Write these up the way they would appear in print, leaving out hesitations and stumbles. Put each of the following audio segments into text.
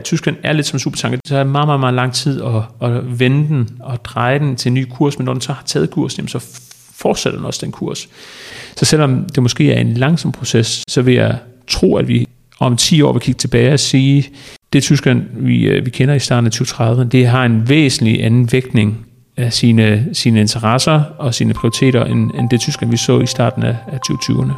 Tyskland er lidt som supertanker. Det tager meget, meget, meget lang tid at vende den og dreje den til en ny kurs, men når den så har taget kursen, så fortsætter den også den kurs. Så selvom det måske er en langsom proces, så vil jeg tro, at vi om 10 år vil kigge tilbage og sige, det Tyskland, vi kender i starten af 2030'erne, det har en væsentlig anden vægtning af sine interesser og sine prioriteter, end det Tyskland, vi så i starten af 2020'erne.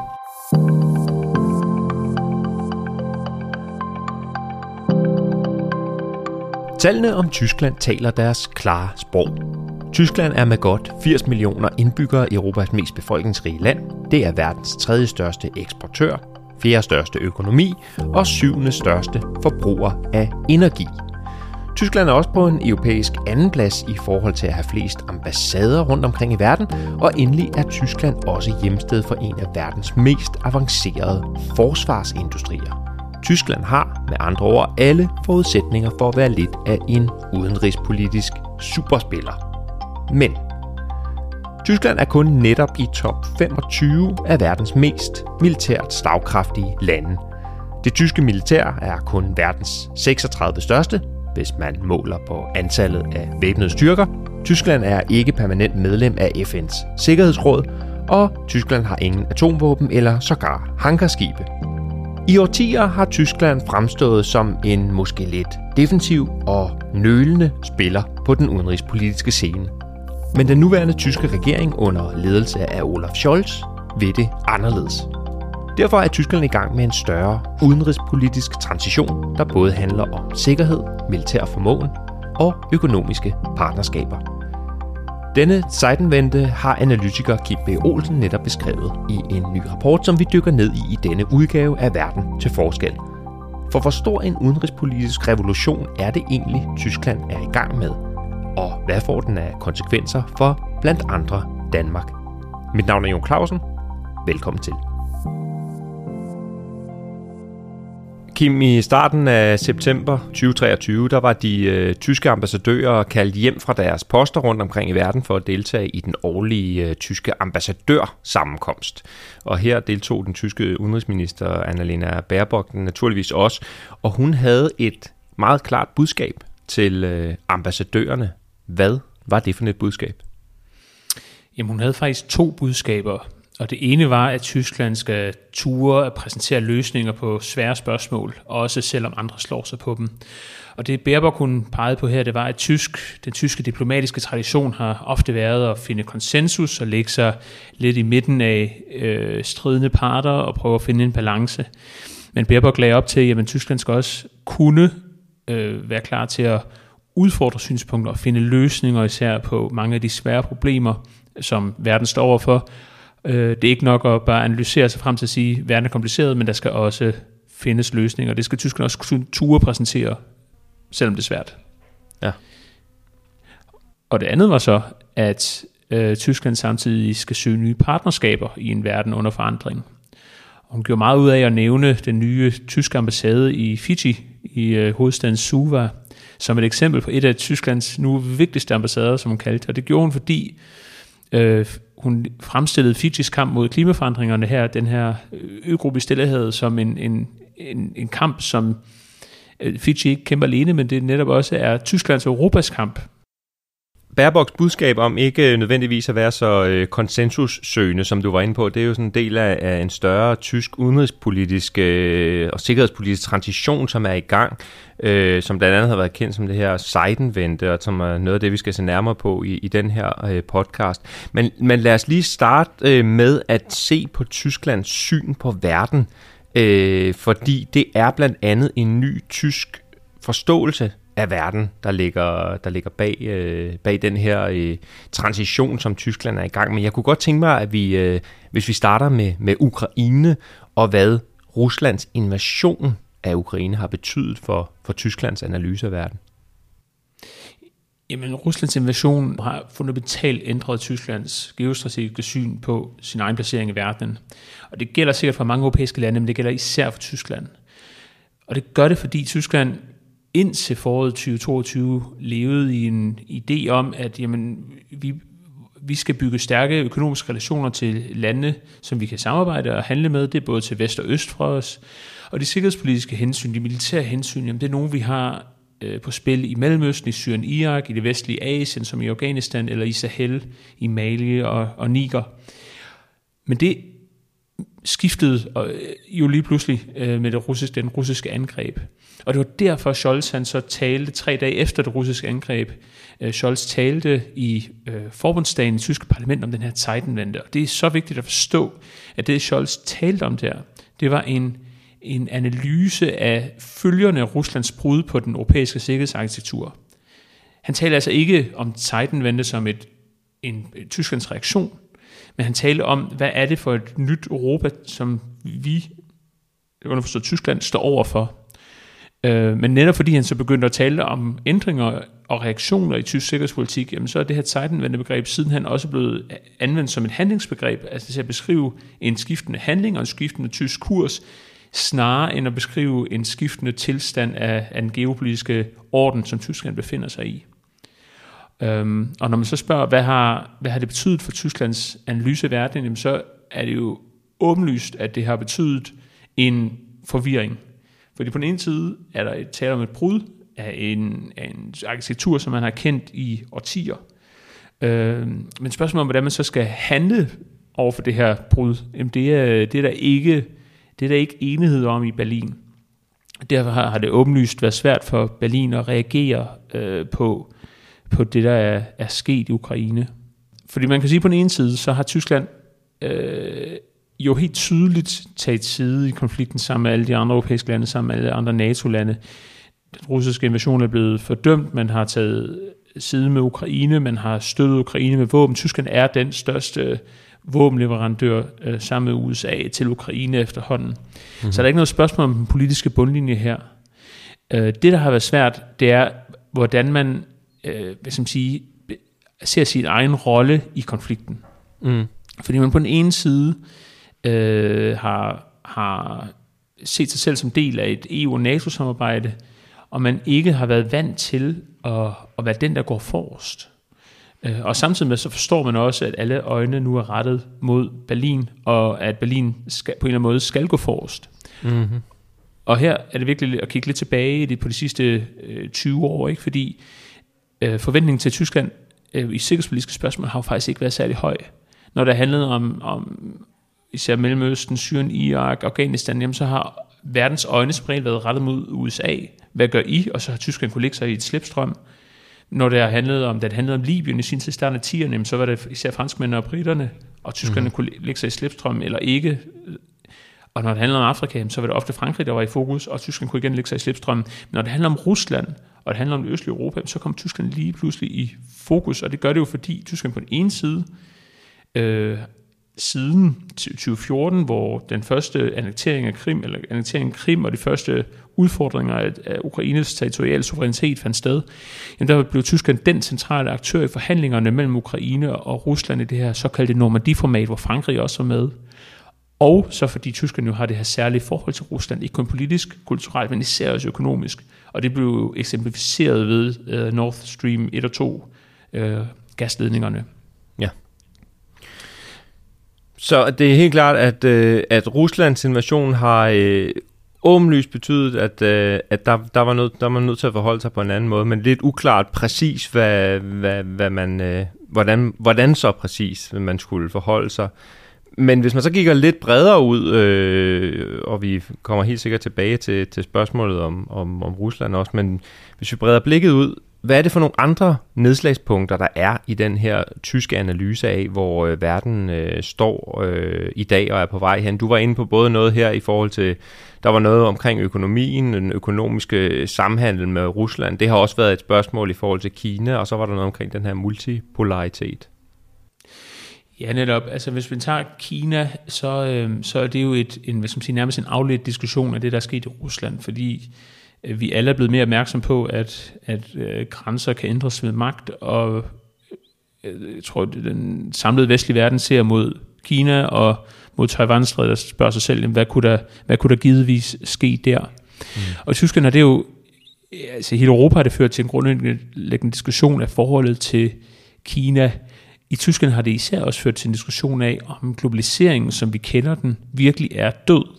Tallene om Tyskland taler deres klare sprog. Tyskland er med godt 80 millioner indbyggere Europas mest befolkningsrige land. Det er verdens 3. største eksportør, 4. største økonomi og 7. største forbruger af energi. Tyskland er også på en europæisk andenplads i forhold til at have flest ambassader rundt omkring i verden, og endelig er Tyskland også hjemsted for en af verdens mest avancerede forsvarsindustrier. Tyskland har med andre ord alle forudsætninger for at være lidt af en udenrigspolitisk superspiller. Men Tyskland er kun netop i top 25 af verdens mest militært slagkraftige lande. Det tyske militær er kun verdens 36. største, hvis man måler på antallet af væbnede styrker. Tyskland er ikke permanent medlem af FN's Sikkerhedsråd, og Tyskland har ingen atomvåben eller sågar hangarskibe. I årtier har Tyskland fremstået som en måske lidt defensiv og nølende spiller på den udenrigspolitiske scene. Men den nuværende tyske regering under ledelse af Olaf Scholz vil det anderledes. Derfor er Tyskland i gang med en større udenrigspolitisk transition, der både handler om sikkerhed, militær formåen og økonomiske partnerskaber. Denne Zeitenwende har analytiker Kim B. Olsen netop beskrevet i en ny rapport, som vi dykker ned i denne udgave af Verden til forskel. For hvor stor en udenrigspolitisk revolution er det egentlig, Tyskland er i gang med? Og hvad får den af konsekvenser for blandt andre Danmark? Mit navn er Jon Clausen. Velkommen til. Kim, i starten af september 2023, der var de tyske ambassadører kaldt hjem fra deres poster rundt omkring i verden for at deltage i den årlige tyske ambassadørsammenkomst. Og her deltog den tyske udenrigsminister Annalena Baerbock naturligvis også, og hun havde et meget klart budskab til ambassadørerne. Hvad var det for et budskab? Jamen, hun havde faktisk 2 budskaber. Og det ene var, at Tyskland skal ture at præsentere løsninger på svære spørgsmål, også selvom andre slår sig på dem. Og det Baerbock hun pegede på her, det var, at den tyske diplomatiske tradition har ofte været at finde konsensus og lægge sig lidt i midten af stridende parter og prøve at finde en balance. Men Baerbock lagde op til, at Tyskland skal også kunne være klar til at udfordre synspunkter og finde løsninger især på mange af de svære problemer, som verden står overfor. Det er ikke nok at bare analysere sig frem til at sige, at verden er kompliceret, men der skal også findes løsninger. Det skal Tyskland også kunne ture præsentere, selvom det er svært. Ja. Og det andet var så, at Tyskland samtidig skal søge nye partnerskaber i en verden under forandring. Og hun gjorde meget ud af at nævne den nye tyske ambassade i Fiji, i hovedstaden Suva, som et eksempel på et af Tysklands nu vigtigste ambassader, som hun kaldte. Og det gjorde hun, fordi hun fremstillede Fijis kamp mod klimaforandringerne her, den her øgruppe i Stillehavet, som en kamp, som Fiji ikke kæmper alene, men det netop også er Tysklands og Europas kamp. Baerbocks budskab om ikke nødvendigvis at være så konsensussøgende, som du var inde på, det er jo sådan en del af en større tysk udenrigspolitisk og sikkerhedspolitisk transition, som er i gang, som blandt andet har været kendt som det her Zeitenwende, og som er noget af det, vi skal se nærmere på i den her podcast. Men lad os lige starte med at se på Tysklands syn på verden, fordi det er blandt andet en ny tysk forståelse af verden, der ligger bag den her transition, som Tyskland er i gang med. Jeg kunne godt tænke mig, at vi, hvis vi starter med Ukraine, og hvad Ruslands invasion af Ukraine har betydet for Tysklands analyse af verden. Jamen, Ruslands invasion har fundamentalt ændret Tysklands geostrategiske syn på sin egen placering i verden. Og det gælder sikkert for mange europæiske lande, men det gælder især for Tyskland. Og det gør det, fordi Tyskland indtil foråret 2022 levede i en idé om, at vi skal bygge stærke økonomiske relationer til lande, som vi kan samarbejde og handle med. Det er både til vest og øst fra os. Og de sikkerhedspolitiske hensyn, de militære hensyn, jamen det er nogle, vi har på spil i Mellemøsten, i Syrien, Irak, i det vestlige Asien, som i Afghanistan, eller i Sahel, i Mali og Niger. Men det skiftede jo lige pludselig med den russiske angreb. Og det var derfor Scholz han så talte 3 dage efter det russiske angreb. Scholz talte i forbundsdagen i det tyske parlament om den her Zeitenwende. Og det er så vigtigt at forstå, at det Scholz talte om der, det var en analyse af følgerne af Ruslands brud på den europæiske sikkerhedsarkitektur. Han talte altså ikke om Zeitenwende som en Tysklands reaktion, men han talte om, hvad er det for et nyt Europa, som vi, underforstået Tyskland, står overfor. Men netop fordi han så begyndte at tale om ændringer og reaktioner i tysk sikkerhedspolitik, jamen så er det her Zeitenwende-begreb sidenhen også blevet anvendt som et handlingsbegreb, altså til at beskrive en skiftende handling og en skiftende tysk kurs, snarere end at beskrive en skiftende tilstand af den geopolitiske orden, som Tyskland befinder sig i. Og når man så spørger, hvad har det betydet for Tysklands analyse af verden, jamen så er det jo åbenlyst, at det har betydet en forvirring. Fordi på den ene side er der tale om et brud af en arkitektur, som man har kendt i årtier. Men spørgsmålet om, hvordan man så skal handle over for det her brud, jamen det er der ikke enighed om i Berlin. Derfor har det åbenlyst været svært for Berlin at reagere på det, der er sket i Ukraine. Fordi man kan sige, på den ene side, så har Tyskland jo helt tydeligt taget side i konflikten sammen med alle de andre europæiske lande, sammen med alle andre NATO-lande. Den russiske invasion er blevet fordømt, man har taget side med Ukraine, man har støttet Ukraine med våben. Tyskland er den største våbenleverandør sammen med USA til Ukraine efterhånden. Mm-hmm. Så der er ikke noget spørgsmål om den politiske bundlinje her. Det, der har været svært, det er, hvordan man ser sin egen rolle i konflikten. Mm. Fordi man på den ene side har set sig selv som del af et EU- og NATO-samarbejde, og man ikke har været vant til at være den, der går forrest. Og samtidig med så forstår man også, at alle øjne nu er rettet mod Berlin, og at Berlin på en eller anden måde skal gå forrest. Mm-hmm. Og her er det virkelig at kigge lidt tilbage på de sidste 20 år, ikke? Fordi forventningen til Tyskland i sikkerhedspolitiske spørgsmål har jo faktisk ikke været særlig høj. Når der handlede om især Mellemøsten, Syrien, Irak, Afghanistan, jamen så har verdens øjne som regel været rettet mod USA. Hvad gør I? Og så har Tyskland kunne lægge sig i et slipstrøm. Når det handlede om Libyen i sin tid starten af 10'erne, så var det især franskmændene og briterne, og tyskerne kunne lægge sig i slipstrøm eller ikke. Og når det handlede om Afrika, så var det ofte Frankrig, der var i fokus, og Tyskland kunne igen lægge sig i slipstrøm. Men når det handler om Rusland, og det handler om det østlige Europa, så kom Tyskland lige pludselig i fokus, og det gør det jo, fordi Tyskland på den ene side, siden 2014, hvor den første annektering af Krim og de første udfordringer af Ukraines territoriale suverænitet fandt sted, jamen der blev Tyskland den centrale aktør i forhandlingerne mellem Ukraine og Rusland i det her såkaldte Normandie-format, hvor Frankrig også var med. Og så fordi Tyskland jo har det her særlige forhold til Rusland, ikke kun politisk, kulturelt, men især også økonomisk. Og det blev jo eksemplificeret ved Nord Stream 1 og 2 gasledningerne. Ja. Så det er helt klart, at Ruslands invasion har åbenlyst betydet, at der var man nødt til at forholde sig på en anden måde, men lidt uklart præcis, hvordan så præcis man skulle forholde sig. Men hvis man så kigger lidt bredere ud, og vi kommer helt sikkert tilbage til spørgsmålet om Rusland også, men hvis vi breder blikket ud, hvad er det for nogle andre nedslagspunkter, der er i den her tyske analyse af, hvor verden står i dag og er på vej hen? Du var inde på både noget her i forhold til, der var noget omkring økonomien, den økonomiske samhandel med Rusland. Det har også været et spørgsmål i forhold til Kina, og så var der noget omkring den her multipolaritet. Ja, netop. Altså hvis vi tager Kina, så er det jo nærmest en afledt diskussion af det, der er sket i Rusland, fordi vi alle er blevet mere opmærksom på, at grænser kan ændres med magt, og jeg tror, at den samlede vestlige verden ser mod Kina og mod Taiwan-strædet, der spørger sig selv, hvad kunne der givetvis ske der? Mm. Og i Tyskland har det jo, altså i hele Europa har det ført til en grundlæggende diskussion af forholdet til Kina. I Tyskland har det især også ført til en diskussion af, om globaliseringen, som vi kender den, virkelig er død,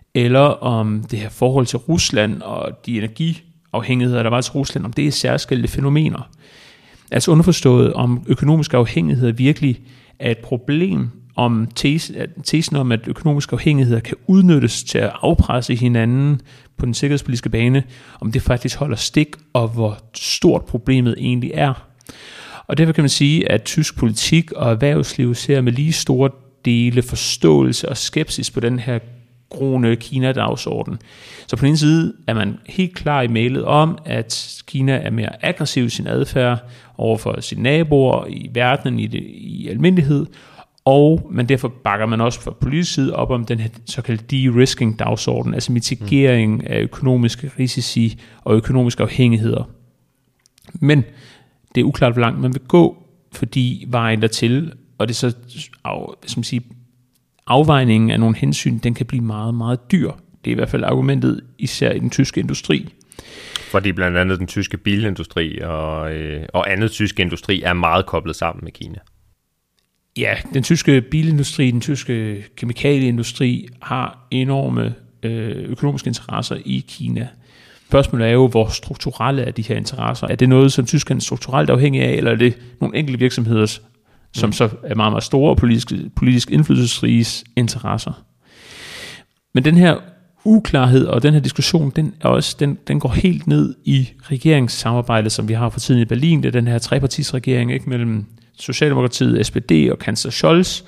eller om det her forhold til Rusland og de energiafhængigheder, der var til Rusland, om det er særskilte fænomener. Altså underforstået, om økonomisk afhængighed virkelig er et problem, om tesen om, at økonomiske afhængigheder kan udnyttes til at afpresse hinanden på den sikkerhedspolitiske bane, om det faktisk holder stik, og hvor stort problemet egentlig er. Og derfor kan man sige, at tysk politik og erhvervsliv ser med lige store dele forståelse og skepsis på den her groende Kina-dagsorden. Så på den ene side er man helt klar i mailet om, at Kina er mere aggressiv i sin adfærd overfor sine naboer i verdenen i almindelighed, men derfor bakker man også fra politisk side op om den her såkaldte de-risking-dagsorden, altså mitigering af økonomiske risici og økonomiske afhængigheder. Men det er uklart, hvor langt man vil gå, fordi vejen dertil, og det er så, afvejningen af nogle hensyn, den kan blive meget, meget dyr. Det er i hvert fald argumentet, især i den tyske industri. Fordi blandt andet den tyske bilindustri og andet tysk industri er meget koblet sammen med Kina. Ja, den tyske bilindustri, den tyske kemikalieindustri har enorme økonomiske interesser i Kina. Spørgsmålet er jo, hvor strukturelle er de her interesser. Er det noget, som Tyskland er strukturelt afhængig af, eller er det nogle enkelte virksomheder, som så er meget, meget store politisk indflydelsesriges interesser? Men den her uklarhed og den her diskussion, den går helt ned i regeringssamarbejdet, som vi har for tiden i Berlin. Det er den her trepartisregering, ikke, mellem Socialdemokratiet, SPD og kansler Scholz,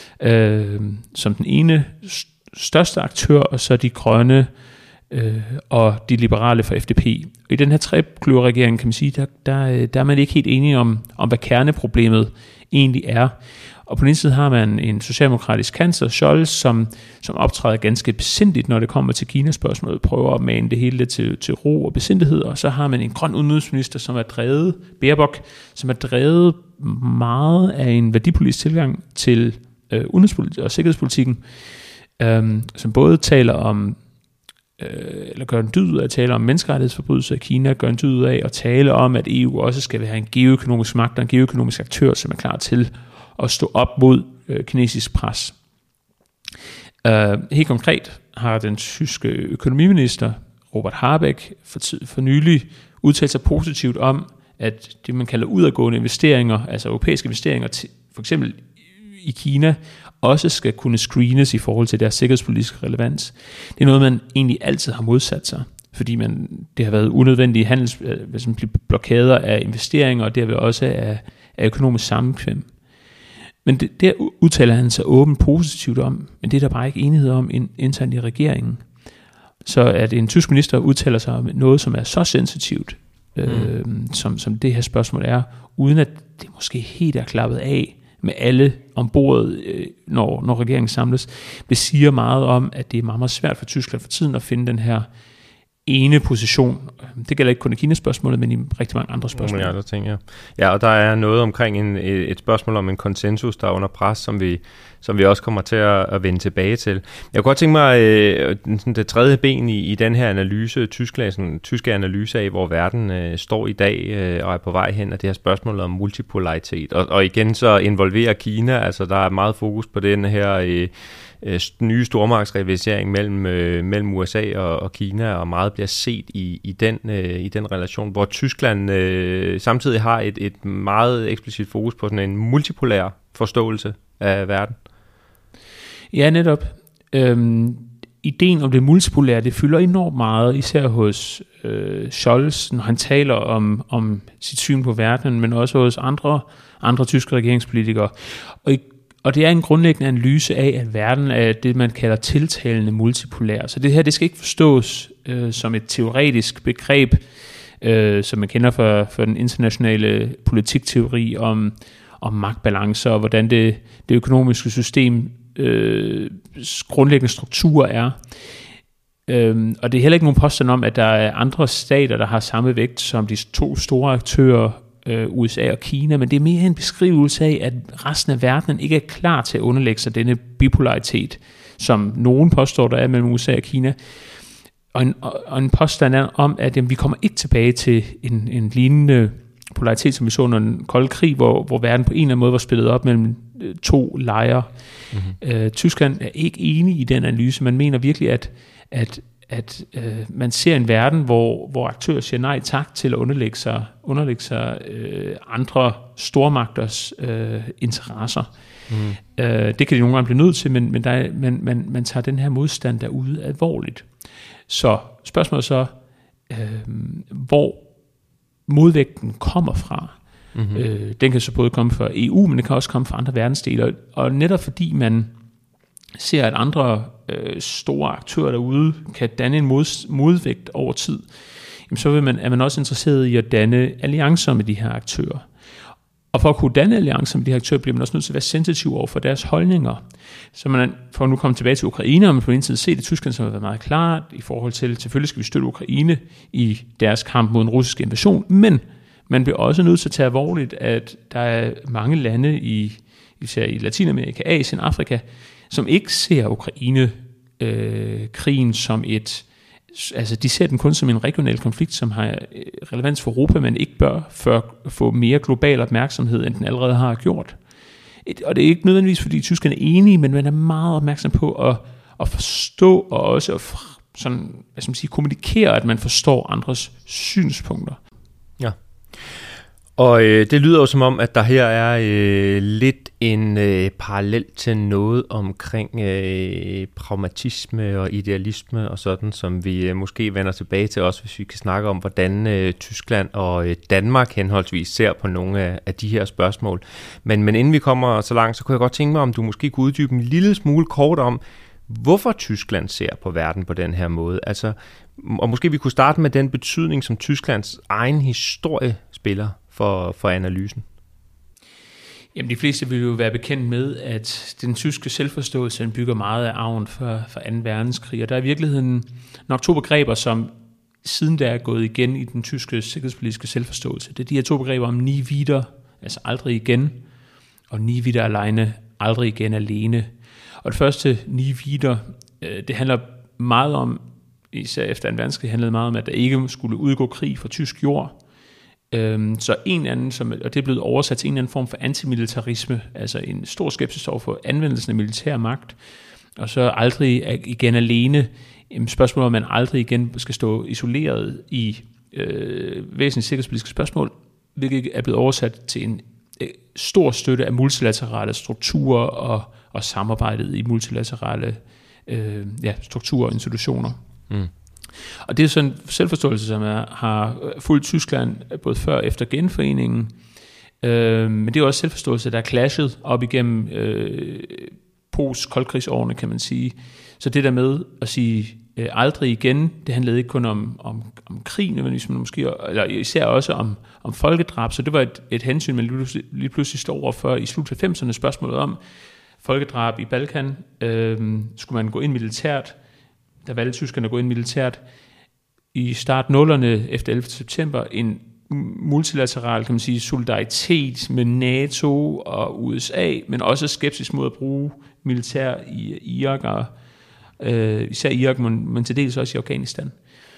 som den ene største aktør, og så de grønne og de liberale fra FDP. Og i den her trekløverregering, kan man sige, der er man ikke helt enige om, hvad kerneproblemet egentlig er. Og på den ene side har man en socialdemokratisk kansler, Scholz, som optræder ganske besindigt, når det kommer til Kina-spørgsmålet, prøver at mane det hele til ro og besindighed. Og så har man en grøn udenrigsminister, som er drevet, Baerbock, som er drevet meget af en værdipolitisk tilgang til udenrigspolitik og sikkerhedspolitikken, som både taler om eller gør en dyd ud af at tale om menneskerettighedsforbrydelser i Kina, gør en dyd ud af at tale om, at EU også skal have en geoøkonomisk magt og en geoøkonomisk aktør, som er klar til at stå op mod kinesisk pres. Helt konkret har den tyske økonomiminister Robert Habeck for nylig udtalt sig positivt om, at det man kalder udadgående investeringer, altså europæiske investeringer, for eksempel i Kina, også skal kunne screenes i forhold til deres sikkerhedspolitiske relevans. Det er noget, man egentlig altid har modsat sig, fordi det har været unødvendige blokader af investeringer, og derved også af økonomisk sammenkvem. Men det udtaler han sig åbent positivt om, men det er der bare ikke enighed om internt i regeringen. Så at en tysk minister udtaler sig om noget, som er så sensitivt, som det her spørgsmål er, uden at det måske helt er klappet af med alle ombord, når regeringen samles, besiger meget om, at det er meget, meget svært for Tyskland for tiden at finde den her ene position. Det gælder ikke kun i Kina-spørgsmålet, men i rigtig mange andre spørgsmål. Andre ting, ja. Ja, og der er noget omkring et spørgsmål om en konsensus, der er under pres, som vi også kommer til at vende tilbage til. Jeg kunne godt tænke mig det tredje ben i den her analyse, tyske analyse af, hvor verden står i dag og er på vej hen, af det her spørgsmål om multipolaritet. Og igen så involverer Kina, altså der er meget fokus på den her nye stormagtsrivalisering mellem USA og Kina, og meget bliver set i den relation, hvor Tyskland samtidig har et meget eksplicit fokus på sådan en multipolær forståelse af verden. Ja, netop. Ideen om det multipolære, det fylder enormt meget, især hos Scholz, når han taler om sit syn på verden, men også hos andre tyske regeringspolitikere. Og det er en grundlæggende analyse af, at verden er det, man kalder tiltalende multipolær. Så det her, det skal ikke forstås som et teoretisk begreb, som man kender for den internationale politikteori om magtbalancer, og hvordan det økonomiske system grundlæggende struktur er. Og det er heller ikke nogen påstand om, at der er andre stater, der har samme vægt som de to store aktører, USA og Kina, men det er mere en beskrivelse af, at resten af verden ikke er klar til at underlægge sig denne bipolaritet, som nogen påstår, der er mellem USA og Kina. Og en påstand er om, at vi kommer ikke tilbage til en lignende polaritet, som vi så under den kolde krig, hvor verden på en eller anden måde var splittet op mellem to lejre. Tyskland er ikke enig i den analyse. Man mener virkelig, at man ser en verden, hvor aktører siger nej tak til at underlægge sig andre stormagters interesser. Det kan de nogle gange blive nødt til, men man tager den her modstand derude alvorligt. Så spørgsmålet så, hvor modvægten kommer fra. Den kan så både komme fra EU, men den kan også komme fra andre verdensdele. Og netop fordi man ser, at andre store aktører derude kan danne en modvægt over tid, så er man også interesseret i at danne alliancer med de her aktører. Og for at kunne danne alliancer med de her aktører, bliver man også nødt til at være sensitiv over for deres holdninger. Så man, for at nu komme tilbage til Ukraine, og man på en tid se det Tyskland, som har været meget klart i forhold til, selvfølgelig skal vi støtte Ukraine i deres kamp mod en russisk invasion, men man bliver også nødt til at tage alvorligt, at der er mange lande, især i Latinamerika, Asien, Afrika, som ikke ser Ukraine-krigen som altså de ser den kun som en regional konflikt, som har relevans for Europa, men ikke bør få mere global opmærksomhed, end den allerede har gjort. Og det er ikke nødvendigvis, fordi tyskerne er enige, men man er meget opmærksom på at forstå, og også at sådan, kommunikere, at man forstår andres synspunkter. Ja. Og det lyder jo som om, at der her er lidt en parallel til noget omkring pragmatisme og idealisme og sådan, som vi måske vender tilbage til også, hvis vi kan snakke om, hvordan Tyskland og Danmark henholdsvis ser på nogle af de her spørgsmål. Men inden vi kommer så langt, så kunne jeg godt tænke mig, om du måske kunne uddybe en lille smule kort om, hvorfor Tyskland ser på verden på den her måde. Altså, og måske vi kunne starte med den betydning, som Tysklands egen historie spiller for analysen. Jamen, de fleste vil jo være bekendt med, at den tyske selvforståelse bygger meget af arven for 2. verdenskrig, og der er i virkeligheden nok to begreber, som siden der er gået igen i den tyske sikkerhedspolitiske selvforståelse. Det er de her to begreber om nie wieder, altså aldrig igen, og nie wieder alleine, aldrig igen alene. Og det første nie wieder, det handler meget om, især efter 2. verdenskrig, handlede meget om, at der ikke skulle udgå krig fra tysk jord. Så en anden, og det er blevet oversat til en anden form for antimilitarisme, altså en stor skepsis over for anvendelsen af militær magt, og så aldrig igen alene, spørgsmål om man aldrig igen skal stå isoleret i væsentlige sikkerhedspolitiske spørgsmål, hvilket er blevet oversat til en stor støtte af multilaterale strukturer og samarbejdet i multilaterale strukturer og institutioner. Og det er sådan en selvforståelse, som har fulgt Tyskland både før og efter genforeningen. Men det er også selvforståelse, der er clashet op igennem post-koldkrigsårene, kan man sige. Så det der med at sige aldrig igen, det handlede ikke kun om krig, men måske, eller især også om folkedrab. Så det var et hensyn, man lige pludselig står over for i slut 90'erne, spørgsmålet om folkedrab i Balkan. Skulle man gå ind militært? Der valgte tyskerne at gå ind militært. I start 0'erne efter 11. september en multilateral, kan man sige, solidaritet med NATO og USA, men også skepsis mod at bruge militær i Irak, og især Irak, men til dels også i Afghanistan.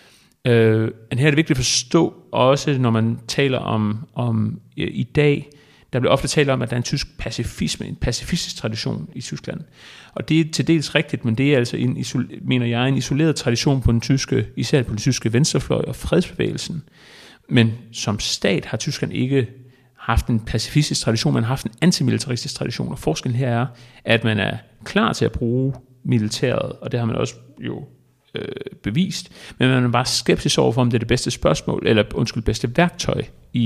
Men her er det vigtigt at forstå, også når man taler om i dag, der bliver ofte talt om, at der er en tysk pacifisme, en pacifistisk tradition i Tyskland. Og det er til dels rigtigt, men det er altså en isoleret tradition på den tyske, især på den tyske venstrefløj og fredsbevægelsen. Men som stat har Tyskland ikke haft en pacifistisk tradition, man har haft en antimilitaristisk tradition. Og forskellen her er, at man er klar til at bruge militæret, og det har man også jo bevist, men man er bare skeptisk over for, om det er det bedste spørgsmål, eller bedste værktøj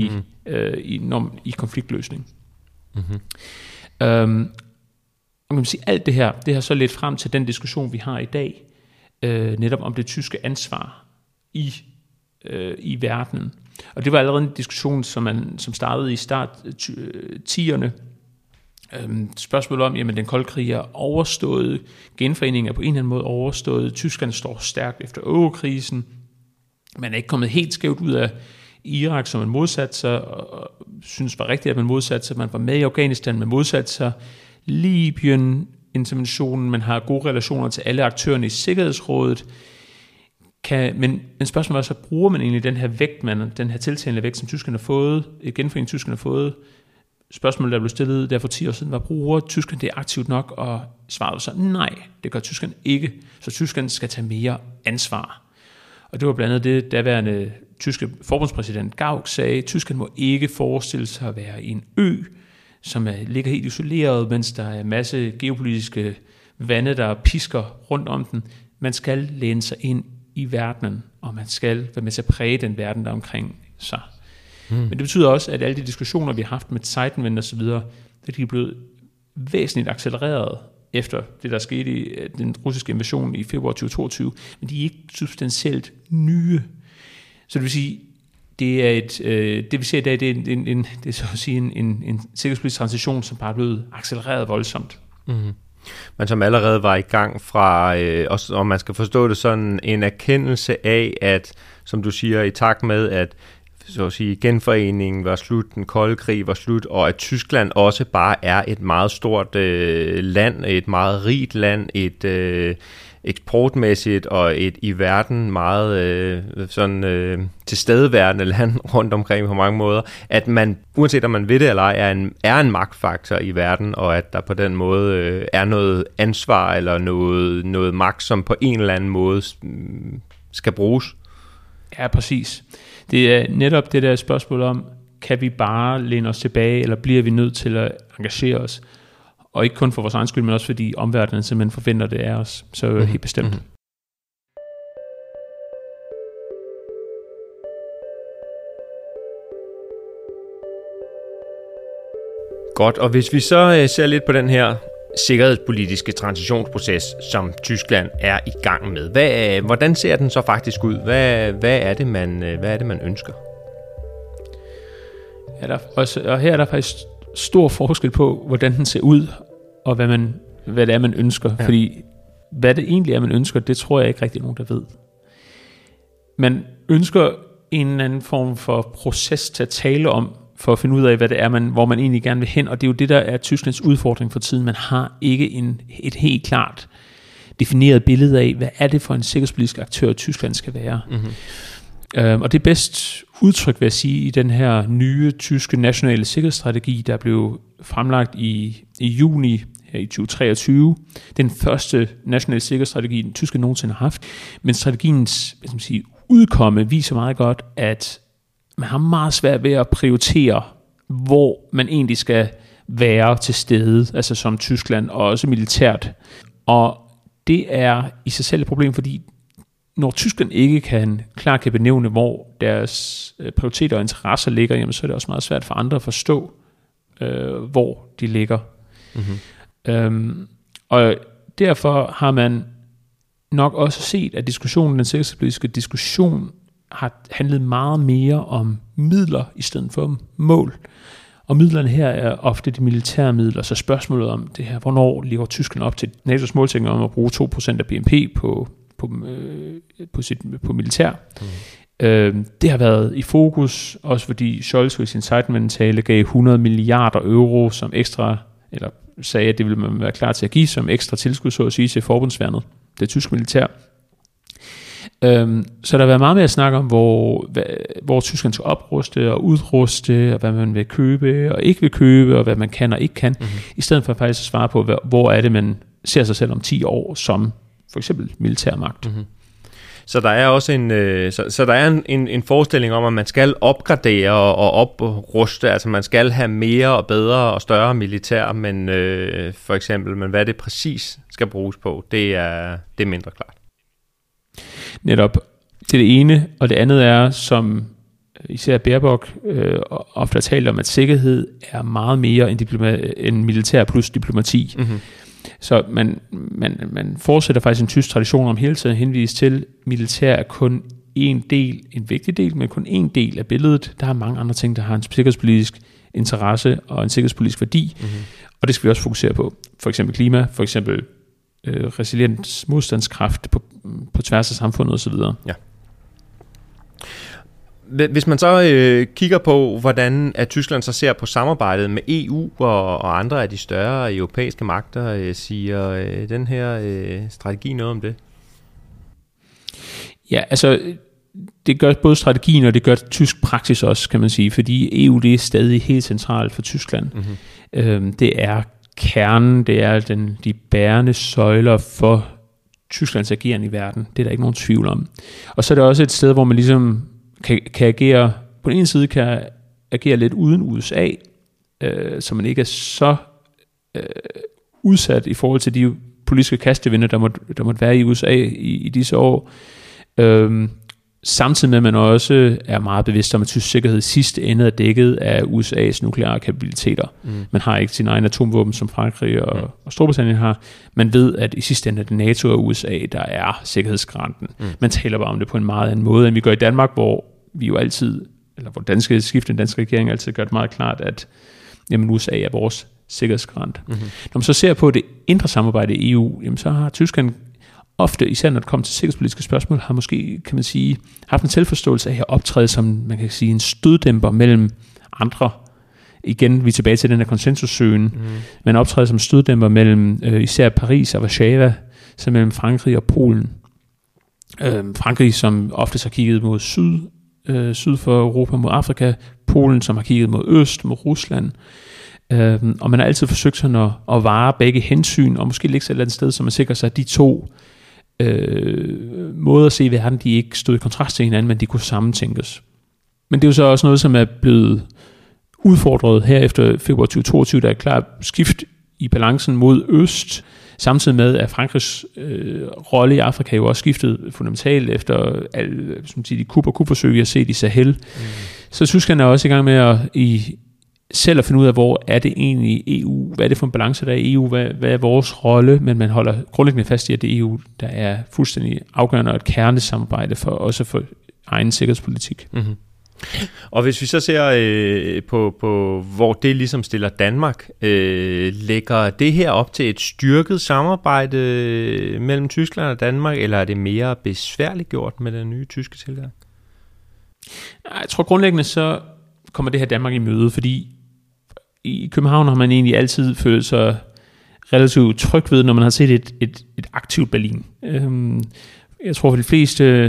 i konfliktløsning. Man kan sige, alt det her, det har så ledt frem til den diskussion, vi har i dag, netop om det tyske ansvar i verdenen. Og det var allerede en diskussion, som startede i start 10'erne. Spørgsmålet om, jamen den kolde krig er overstået, genforeningen er på en eller anden måde overstået, Tyskland står stærkt efter eurokrisen, man er ikke kommet helt skævt ud af Irak, som man modsatte sig, og synes var rigtigt, at man modsatte sig, man var med i Afghanistan, man modsatte sig, Libyen, interventionen, man har gode relationer til alle aktørerne i Sikkerhedsrådet, men spørgsmålet er så, bruger man egentlig den her vægt, den her tiltagende vægt, som tyskerne har fået, genforeningen tyskerne har fået, spørgsmål, der blev stillet der for 10 år siden, var, bruger Tyskland det aktivt nok? Og svaret var så, nej, det gør Tyskland ikke. Så Tyskland skal tage mere ansvar. Og det var blandt andet det, daværende tyske forbundspræsident Gauck sagde, Tyskland må ikke forestille sig at være en ø, som ligger helt isoleret, mens der er en masse geopolitiske vande, der pisker rundt om den. Man skal læne sig ind i verdenen, og man skal være med til at præge den verden, der omkring sig. Men det betyder også, at alle de diskussioner, vi har haft med Zeitenwende og så videre, de er blevet væsentligt accelereret efter det, der skete i den russiske invasion i februar 2022, men de er ikke substantielt nye. Så det vil sige, det er det vi ser i dag, det er så at sige en sikkerhedspolitisk transition, som bare er blevet accelereret voldsomt. Mm-hmm. Men som allerede var i gang fra, og man skal forstå det sådan, en erkendelse af, at, som du siger, i takt med, at så at sige, genforeningen var slut, den kolde krig var slut, og at Tyskland også bare er et meget stort land, et meget rigt land, et eksportmæssigt og et i verden meget tilstedeværende land rundt omkring på mange måder, at man, uanset om man ved det eller ej, er en magtfaktor i verden, og at der på den måde er noget ansvar eller noget magt, som på en eller anden måde skal bruges. Ja, præcis. Det er netop det der spørgsmål om, kan vi bare læne os tilbage, eller bliver vi nødt til at engagere os? Og ikke kun for vores egen skyld, men også fordi omverdenen simpelthen forventer det af os. Så helt bestemt. Mm-hmm. Godt, og hvis vi så ser lidt på den her sikkerhedspolitiske transitionsproces, som Tyskland er i gang med. Hvordan ser den så faktisk ud? Hvad er det, man ønsker? Ja, og her er der faktisk stor forskel på, hvordan den ser ud, og hvad det er, man ønsker. Ja. Fordi hvad det egentlig er, man ønsker, det tror jeg ikke rigtig nogen, der ved. Man ønsker en eller anden form for proces til at tale om, for at finde ud af, hvad det er, hvor man egentlig gerne vil hen. Og det er jo det, der er Tysklands udfordring for tiden. Man har ikke et helt klart defineret billede af, hvad er det for en sikkerhedspolitisk aktør, Tyskland skal være. Mm-hmm. Og det er bedst udtryk, vil jeg sige, i den her nye tyske nationale sikkerhedsstrategi, der blev fremlagt i juni her i 2023. Den første nationale sikkerhedsstrategi, den tyske nogensinde har haft. Men strategiens udkomme viser meget godt, at man har meget svært ved at prioritere, hvor man egentlig skal være til stede, altså som Tyskland, og også militært. Og det er i sig selv et problem, fordi når Tyskland ikke klart kan benævne, hvor deres prioriteter og interesser ligger, jamen, så er det også meget svært for andre at forstå, hvor de ligger. Mm-hmm. Og derfor har man nok også set, at den sikkerhedspolitiske diskussion har handlet meget mere om midler i stedet for mål. Og midlerne her er ofte de militære midler, så spørgsmålet om det her, hvornår lever Tyskland op til NATO's målsætning om at bruge 2% af BNP på militær. Det har været i fokus, også fordi Scholz i sin Zeitenwende-tale gav 100 milliarder euro som ekstra, eller sagde, at det ville man være klar til at give som ekstra tilskud, så at sige, til forbundsværnet, det tyske militær. Så der har været meget mere at snakke om, hvor Tyskland skal opruste og udruste, og hvad man vil købe og ikke vil købe, og hvad man kan og ikke kan, i stedet for faktisk at svare på, hvor er det, man ser sig selv om 10 år som for eksempel militærmagt. Mm-hmm. Så der er også en forestilling om, at man skal opgradere og opruste, altså man skal have mere og bedre og større militær, men for eksempel, men hvad det præcis skal bruges på, det er mindre klart. Netop. Det er det ene, og det andet er, som især Baerbock ofte har talt om, at sikkerhed er meget mere end militær plus diplomati. Mm-hmm. Så man fortsætter faktisk en tysk tradition om hele tiden at henvise til, militær er kun en vigtig del, men kun en del af billedet. Der er mange andre ting, der har en sikkerhedspolitisk interesse og en sikkerhedspolitisk værdi, og det skal vi også fokusere på. For eksempel klima, for eksempel resiliens modstandskraft på tværs af samfundet osv. Ja. Hvis man så kigger på, hvordan at Tyskland så ser på samarbejdet med EU og andre af de større europæiske magter, siger den her strategi noget om det? Ja, altså det gør både strategien, og det gør tysk praksis også, kan man sige, fordi EU, det er stadig helt centralt for Tyskland. Mm-hmm. Det er kernen, det er de bærende søjler for Tysklands ageren i verden. Det er der ikke nogen tvivl om. Og så er det også et sted, hvor man ligesom kan agere, på den ene side kan agere lidt uden USA, så man ikke er så udsat i forhold til de politiske kastevinder, der måtte være i USA i disse år. Samtidig med, at man også er meget bevidst om, at tysk sikkerhed i sidste ende er dækket af USA's nukleare kapabiliteter. Man har ikke sin egen atomvåben, som Frankrig og Storbritannien har. Man ved, at i sidste ende er det NATO og USA, der er sikkerhedsgaranten. Man taler bare om det på en meget anden måde, end vi gør i Danmark, hvor vi jo altid, eller hvor den danske regering altid gør det meget klart, at jamen, USA er vores sikkerhedsgarant. Når man så ser på det indre samarbejde i EU, jamen, så har Tyskland ofte, især når det kommer til sikkerhedspolitiske spørgsmål, har måske, kan man sige, haft en selvforståelse af at optræde som, man kan sige, en støddæmper mellem andre. Igen, vi er tilbage til den her konsensussøgen, men optræde som støddæmper mellem især Paris og Warszawa, så mellem Frankrig og Polen. Frankrig, som ofte har kigget mod syd for Europa, mod Afrika, Polen, som har kigget mod øst, mod Rusland. Og man har altid forsøgt sådan at vare begge hensyn, og måske ligge et eller andet sted, så man sikrer sig, at de to måder at se verden, de ikke stod i kontrast til hinanden, men de kunne sammentænkes. Men det er jo så også noget, som er blevet udfordret her efter februar 2022, der er klart skift i balancen mod øst, samtidig med, at Frankrigs rolle i Afrika jo også skiftet fundamentalt efter de kupforsøg, vi har set i Sahel. Så Tyskland er også i gang med selv at finde ud af, hvor er det egentlig i EU, hvad er det for en balance, der er i EU, hvad er vores rolle, men man holder grundlæggende fast i, at det er EU, der er fuldstændig afgørende og et kernesamarbejde også for egen sikkerhedspolitik. Mm-hmm. Og hvis vi så ser på hvor det ligesom stiller Danmark, lægger det her op til et styrket samarbejde mellem Tyskland og Danmark, eller er det mere besværligt gjort med den nye tyske tilgang? Jeg tror grundlæggende så kommer det her Danmark i møde, fordi i København har man egentlig altid følt sig relativt tryg ved, når man har set et aktivt Berlin. Jeg tror for de fleste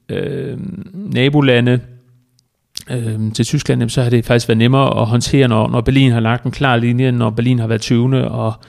nabolande til Tyskland, så har det faktisk været nemmere at håndtere, når Berlin har lagt en klar linje, når Berlin har været tøvende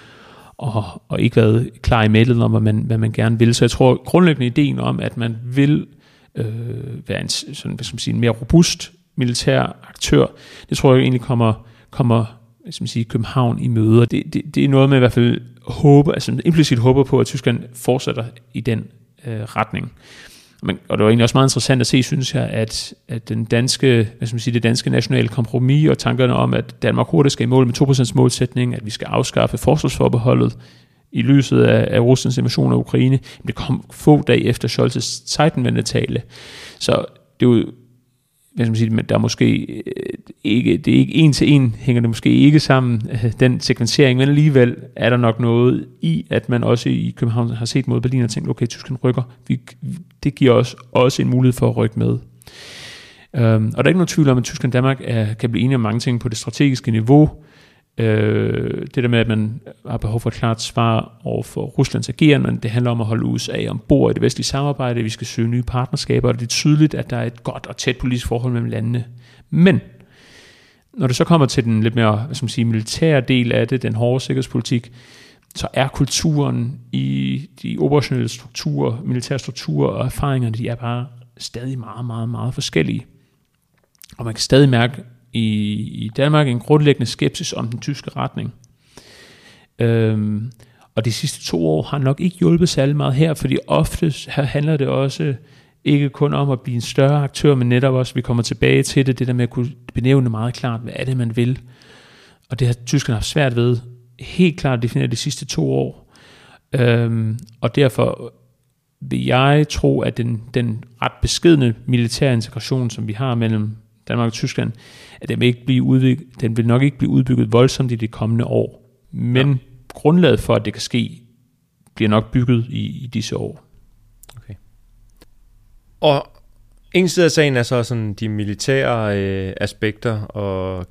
og ikke været klar i mailet om, hvad man gerne vil. Så jeg tror grundlæggende ideen om, at man vil være en mere robust militær aktør, det tror jeg egentlig kommer København i møde. Det er noget med i hvert fald implicit håber på, at Tyskland fortsætter i den retning. Og det var egentlig også meget interessant at se, synes jeg, at den danske, det danske nationale kompromis og tankerne om, at Danmark hurtigt skal i mål med 2% målsætning, at vi skal afskaffe forsvarsforbeholdet i lyset af Ruslands invasion af Ukraine, det kom få dage efter Scholz's Zeitenwende-tale. Så det er jo der er måske ikke, det er ikke en til en, hænger det måske ikke sammen, den sekvensering, men alligevel er der nok noget i, at man også i København har set mod Berlin og tænkt, okay, Tyskland rykker, det giver os også en mulighed for at rykke med. Og der er ikke nogen tvivl om, at Tyskland og Danmark kan blive enige om mange ting på det strategiske niveau. Det der med, at man har behov for et klart svar over for Ruslands ageren, men det handler om at holde USA ombord i det vestlige samarbejde, vi skal søge nye partnerskaber, og det er tydeligt, at der er et godt og tæt politisk forhold mellem landene. Men når det så kommer til den lidt mere, militære del af det, den hårde sikkerhedspolitik, så er kulturen i de operationelle strukturer, militære strukturer og erfaringerne, de er bare stadig meget, meget, meget forskellige. Og man kan stadig mærke i Danmark en grundlæggende skepsis om den tyske retning. Og de sidste 2 år har nok ikke hjulpet særlig meget her, fordi ofte her handler det også ikke kun om at blive en større aktør, men netop også, at vi kommer tilbage til det der med at kunne benævne meget klart, hvad er det, man vil. Og det har Tyskland haft svært ved, helt klart defineret de sidste 2 år. Og derfor vil jeg tro, at den ret beskedne militære integration, som vi har mellem Danmark og Tyskland, at den vil nok ikke blive udbygget voldsomt i de kommende år. Men grundlaget for, at det kan ske, bliver nok bygget i disse år. Okay. Og en side af sagen er så sådan de militære aspekter og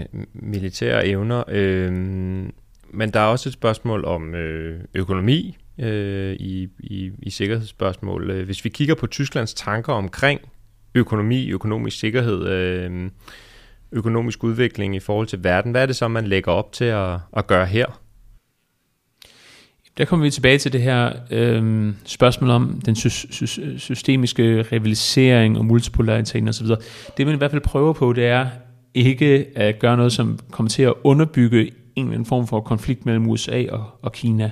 militære evner. Men der er også et spørgsmål om økonomi, i sikkerhedsspørgsmål. Hvis vi kigger på Tysklands tanker omkring økonomi, økonomisk sikkerhed, økonomisk udvikling i forhold til verden, hvad er det så, man lægger op til at gøre her? Der kommer vi tilbage til det her spørgsmål om den systemiske rivalisering og multipolariteten osv. Det man i hvert fald prøver på, det er ikke at gøre noget, som kommer til at underbygge en eller anden form for konflikt mellem USA og Kina.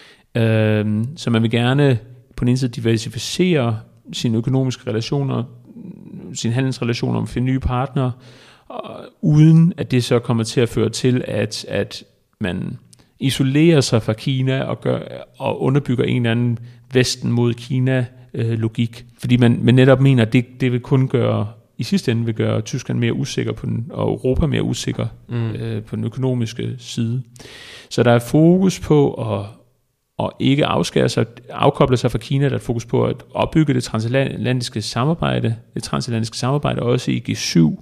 Så man vil gerne på den ene side diversificere sine økonomiske relationer, sine handelsrelationer, finde nye partnere, uden at det så kommer til at føre til, at man isolerer sig fra Kina og underbygger en eller anden Vesten mod Kina-logik. Fordi man netop mener, at det vil kun i sidste ende vil gøre Tyskland mere usikker og Europa mere usikker på den økonomiske side. Så der er fokus på at ikke afkoble sig fra Kina. Der er fokus på at opbygge det transatlantiske samarbejde også i G7.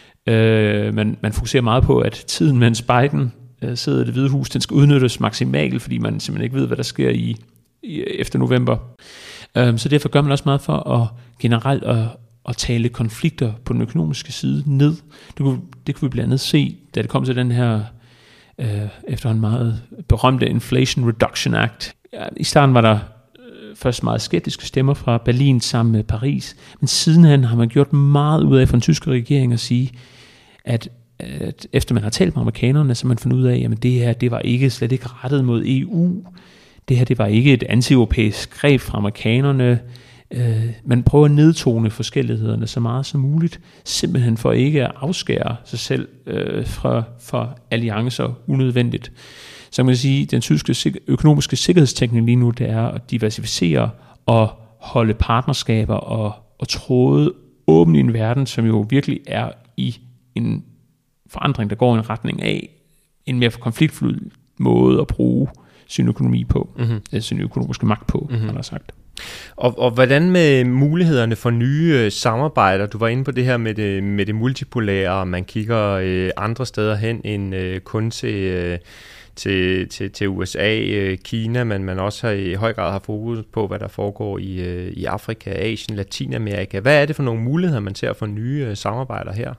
Man fokuserer meget på, at tiden, mens Biden sidder i Det Hvide Hus, den skal udnyttes maksimalt, fordi man simpelthen ikke ved, hvad der sker efter november. Så derfor gør man også meget for generelt at tale konflikter på den økonomiske side ned. Det kunne vi blandt andet se, da det kom til den her efterhånden meget berømte Inflation Reduction Act. I starten var der først meget skeptiske stemmer fra Berlin sammen med Paris, men sidenhen har man gjort meget ud af fra den tyske regering at sige, at efter man har talt med amerikanerne, så har man fundet ud af, at det her, det var slet ikke rettet mod EU. Det her, det var ikke et anti-europæisk greb fra amerikanerne. Man prøver at nedtone forskellighederne så meget som muligt, simpelthen for ikke at afskære sig selv fra alliancer unødvendigt. Så man kan sige, at den tyske økonomiske sikkerhedsteknik lige nu, det er at diversificere og holde partnerskaber og tråde åben i en verden, som jo virkelig er i en forandring, der går i en retning af en mere konfliktfyldt måde at bruge sin økonomi på, sin økonomiske magt på, har der sagt. Og hvordan med mulighederne for nye samarbejder? Du var inde på det her med det multipolære, man kigger andre steder hen end kun til USA, Kina, men man også i høj grad har fokus på, hvad der foregår i Afrika, Asien, Latinamerika. Hvad er det for nogle muligheder, man ser for nye samarbejder her?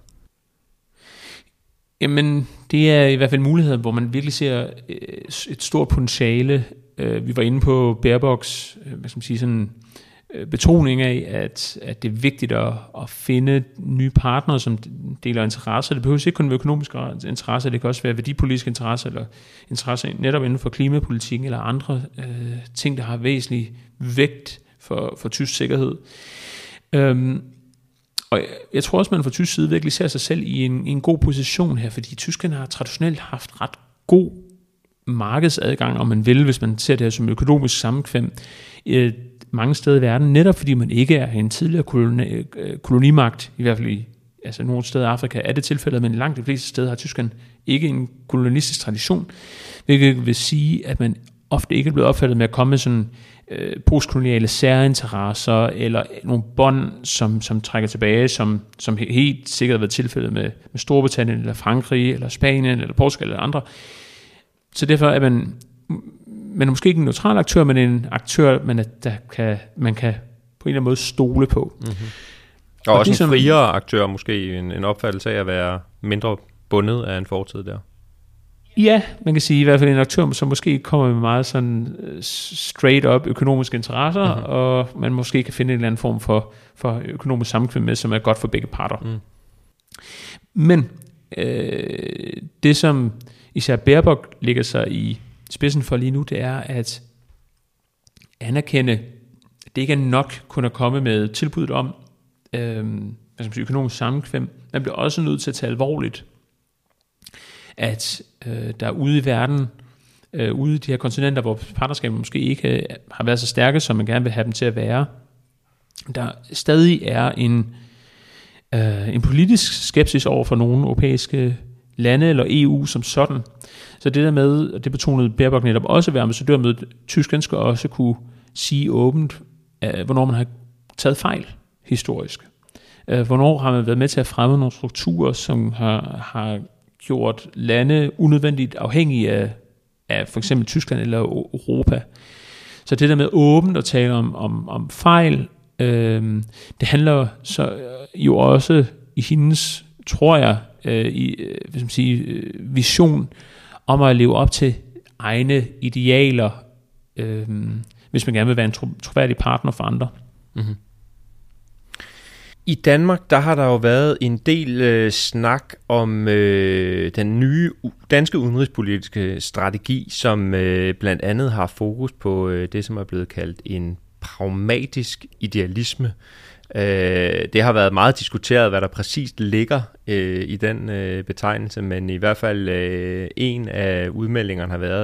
Jamen, det er i hvert fald muligheder, hvor man virkelig ser et stort potentiale. Vi var inde på Baerbocks betoning af, at det er vigtigt at finde nye partnere, som deler interesser. Det behøver ikke kun være økonomiske interesser, det kan også være værdipolitiske interesser, eller interesser netop inden for klimapolitikken, eller andre ting, der har væsentlig vægt for tysk sikkerhed. Og jeg tror også, man fra tysk side virkelig ser sig selv i en god position her, fordi Tyskland har traditionelt haft ret god markedsadgang, om man vil, hvis man ser det her som økonomisk sammenkvem mange steder i verden, netop fordi man ikke er en tidligere kolonimagt, i hvert fald nogle steder i Afrika er det tilfældet, men langt de fleste steder har Tyskland ikke en kolonialistisk tradition, hvilket vil sige, at man ofte ikke er blevet opfattet med at komme med sådan postkoloniale særinteresser, eller nogle bånd, som trækker tilbage, som helt sikkert har været tilfældet med Storbritannien, eller Frankrig, eller Spanien, eller Portugal, eller andre. Så derfor er man er måske ikke en neutral aktør, men en aktør, man kan på en eller anden måde stole på. Mm-hmm. Og også en friere aktør, måske en opfattelse af at være mindre bundet af en fortid der. Ja, man kan sige i hvert fald en aktør, som måske kommer med meget sådan straight up økonomiske interesser, og man måske kan finde en eller anden form for økonomisk sammenkvem med, som er godt for begge parter. Men det, som især Baerbock ligger sig i spidsen for lige nu, det er at anerkende, at det ikke er nok kun at komme med tilbuddet om økonomisk sammenkvem. Man bliver også nødt til at tage alvorligt, at der ude i verden, ude i de her kontinenter, hvor partnerskabet måske ikke har været så stærke, som man gerne vil have dem til at være, der stadig er en politisk skepsis over for nogle europæiske lande eller EU som sådan. Så det der med, og det betonede Baerbock netop også ved ambassadørmødet, Tyskland skal også kunne sige åbent, hvornår man har taget fejl historisk. Hvornår har man været med til at fremme nogle strukturer, som har gjort lande unødvendigt afhængige af for eksempel Tyskland eller Europa. Så det der med åbent at tale om fejl, det handler så jo også i hendes, tror jeg, vision om at leve op til egne idealer, hvis man gerne vil være en troværdig partner for andre. Mm-hmm. I Danmark, der har der jo været en del snak om den nye danske udenrigspolitiske strategi, som blandt andet har fokus på det, som er blevet kaldt en pragmatisk idealisme. Det har været meget diskuteret, hvad der præcist ligger i den betegnelse, men i hvert fald en af udmeldingerne har været,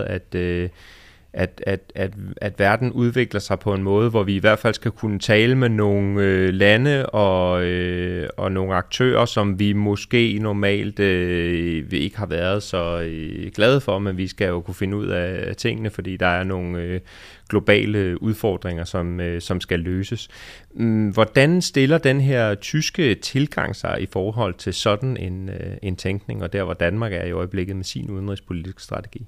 at verden udvikler sig på en måde, hvor vi i hvert fald skal kunne tale med nogle lande og nogle aktører, som vi måske normalt vi ikke har været så glade for, men vi skal jo kunne finde ud af tingene, fordi der er nogle globale udfordringer, som skal løses. Hvordan stiller den her tyske tilgang sig i forhold til sådan en tænkning, og der hvor Danmark er i øjeblikket med sin udenrigspolitiske strategi?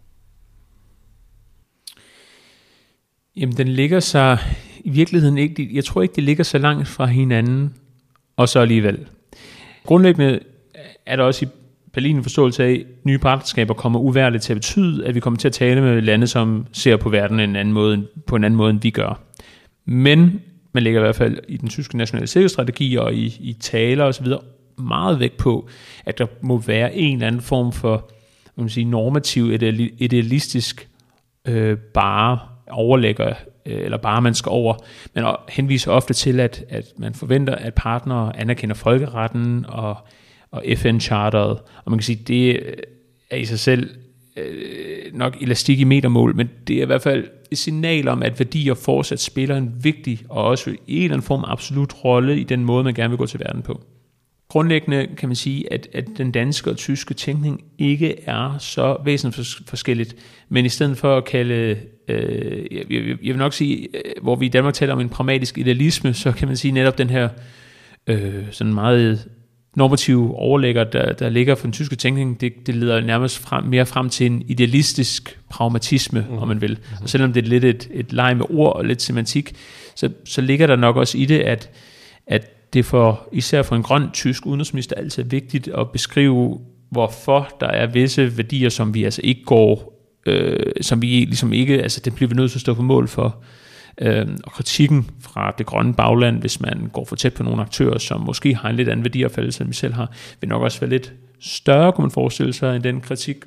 Jamen, den ligger sig i virkeligheden ikke, jeg tror ikke, det ligger så langt fra hinanden, og så alligevel. Grundlæggende er der også i Berlin en forståelse af, at nye partnerskaber kommer uværligt til at betyde, at vi kommer til at tale med lande, som ser på verden på en anden måde, end vi gør. Men man lægger i hvert fald i den tyske nationale sikkerhedsstrategi og i taler osv. meget vægt på, at der må være en eller anden form for normativ, idealistisk bare overlægger, eller bare man skal over, men henviser ofte til, at man forventer, at partnere anerkender folkeretten og FN-charteret, og man kan sige, det er i sig selv nok elastik i metermål, men det er i hvert fald et signal om, at værdier fortsat spiller en vigtig og også i en eller anden form absolut rolle i den måde, man gerne vil gå til verden på. Grundlæggende kan man sige, at den danske og tyske tænkning ikke er så væsentligt forskelligt, men i stedet for at kalde, jeg vil nok sige, hvor vi i Danmark taler om en pragmatisk idealisme, så kan man sige netop den her sådan meget normative overlægger, der ligger for den tyske tænkning, det leder nærmest mere frem til en idealistisk pragmatisme, om man vil. Og selvom det er lidt et leg med ord og lidt semantik, så ligger der nok også i det, at det især for en grøn tysk udenrigsminister altid er vigtigt at beskrive, hvorfor der er visse værdier, som vi altså ikke går, som vi ligesom ikke, altså det bliver vi nødt til at stå på mål for. Og kritikken fra det grønne bagland, hvis man går for tæt på nogle aktører, som måske har en lidt anden værdiopfattelse, end vi selv har, vil nok også være lidt større, kunne man forestille sig, end den kritik,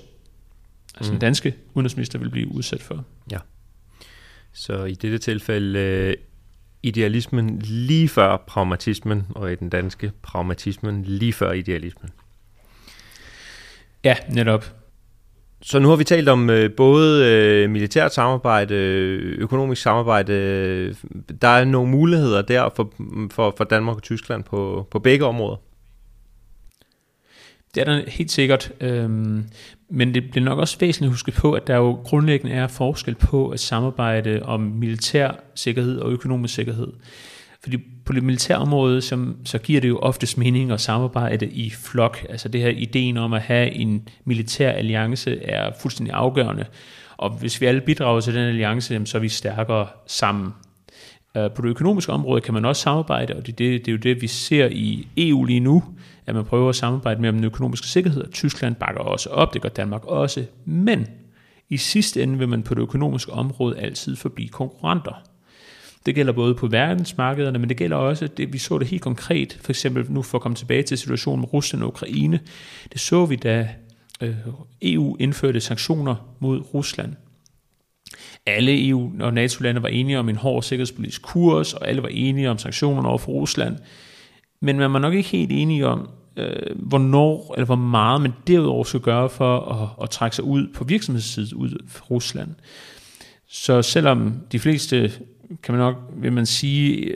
den danske udenrigsminister vil blive udsat for. Ja. Så i dette tilfælde idealismen lige før pragmatismen, og i den danske pragmatismen lige før idealismen. Ja, netop. Så nu har vi talt om både militært samarbejde, økonomisk samarbejde. Der er nogle muligheder der for Danmark og Tyskland på begge områder. Det er der helt sikkert, men det bliver nok også væsentligt at huske på, at der jo grundlæggende er forskel på at samarbejde om militær sikkerhed og økonomisk sikkerhed. Fordi på det militære område, så giver det jo oftest mening at samarbejde i flok. Altså det her ideen om at have en militær alliance er fuldstændig afgørende. Og hvis vi alle bidrager til den alliance, så er vi stærkere sammen. På det økonomiske område kan man også samarbejde, og det er jo det, vi ser i EU lige nu, at man prøver at samarbejde med om den økonomiske sikkerhed, og Tyskland bakker også op, det gør Danmark også. Men i sidste ende vil man på det økonomiske område altid forblive konkurrenter. Det gælder både på verdensmarkederne, men det gælder også, vi så det helt konkret, for eksempel nu for at komme tilbage til situationen med Rusland og Ukraine. Det så vi, da EU indførte sanktioner mod Rusland. Alle EU- og NATO-lande var enige om en hård sikkerhedspolitisk kurs, og alle var enige om sanktionerne over for Rusland. Men man var nok ikke helt enige om, hvornår eller hvor meget man derudover skal gøre for at trække sig ud på virksomhedssiden ud fra Rusland. Så selvom de fleste, vil man sige,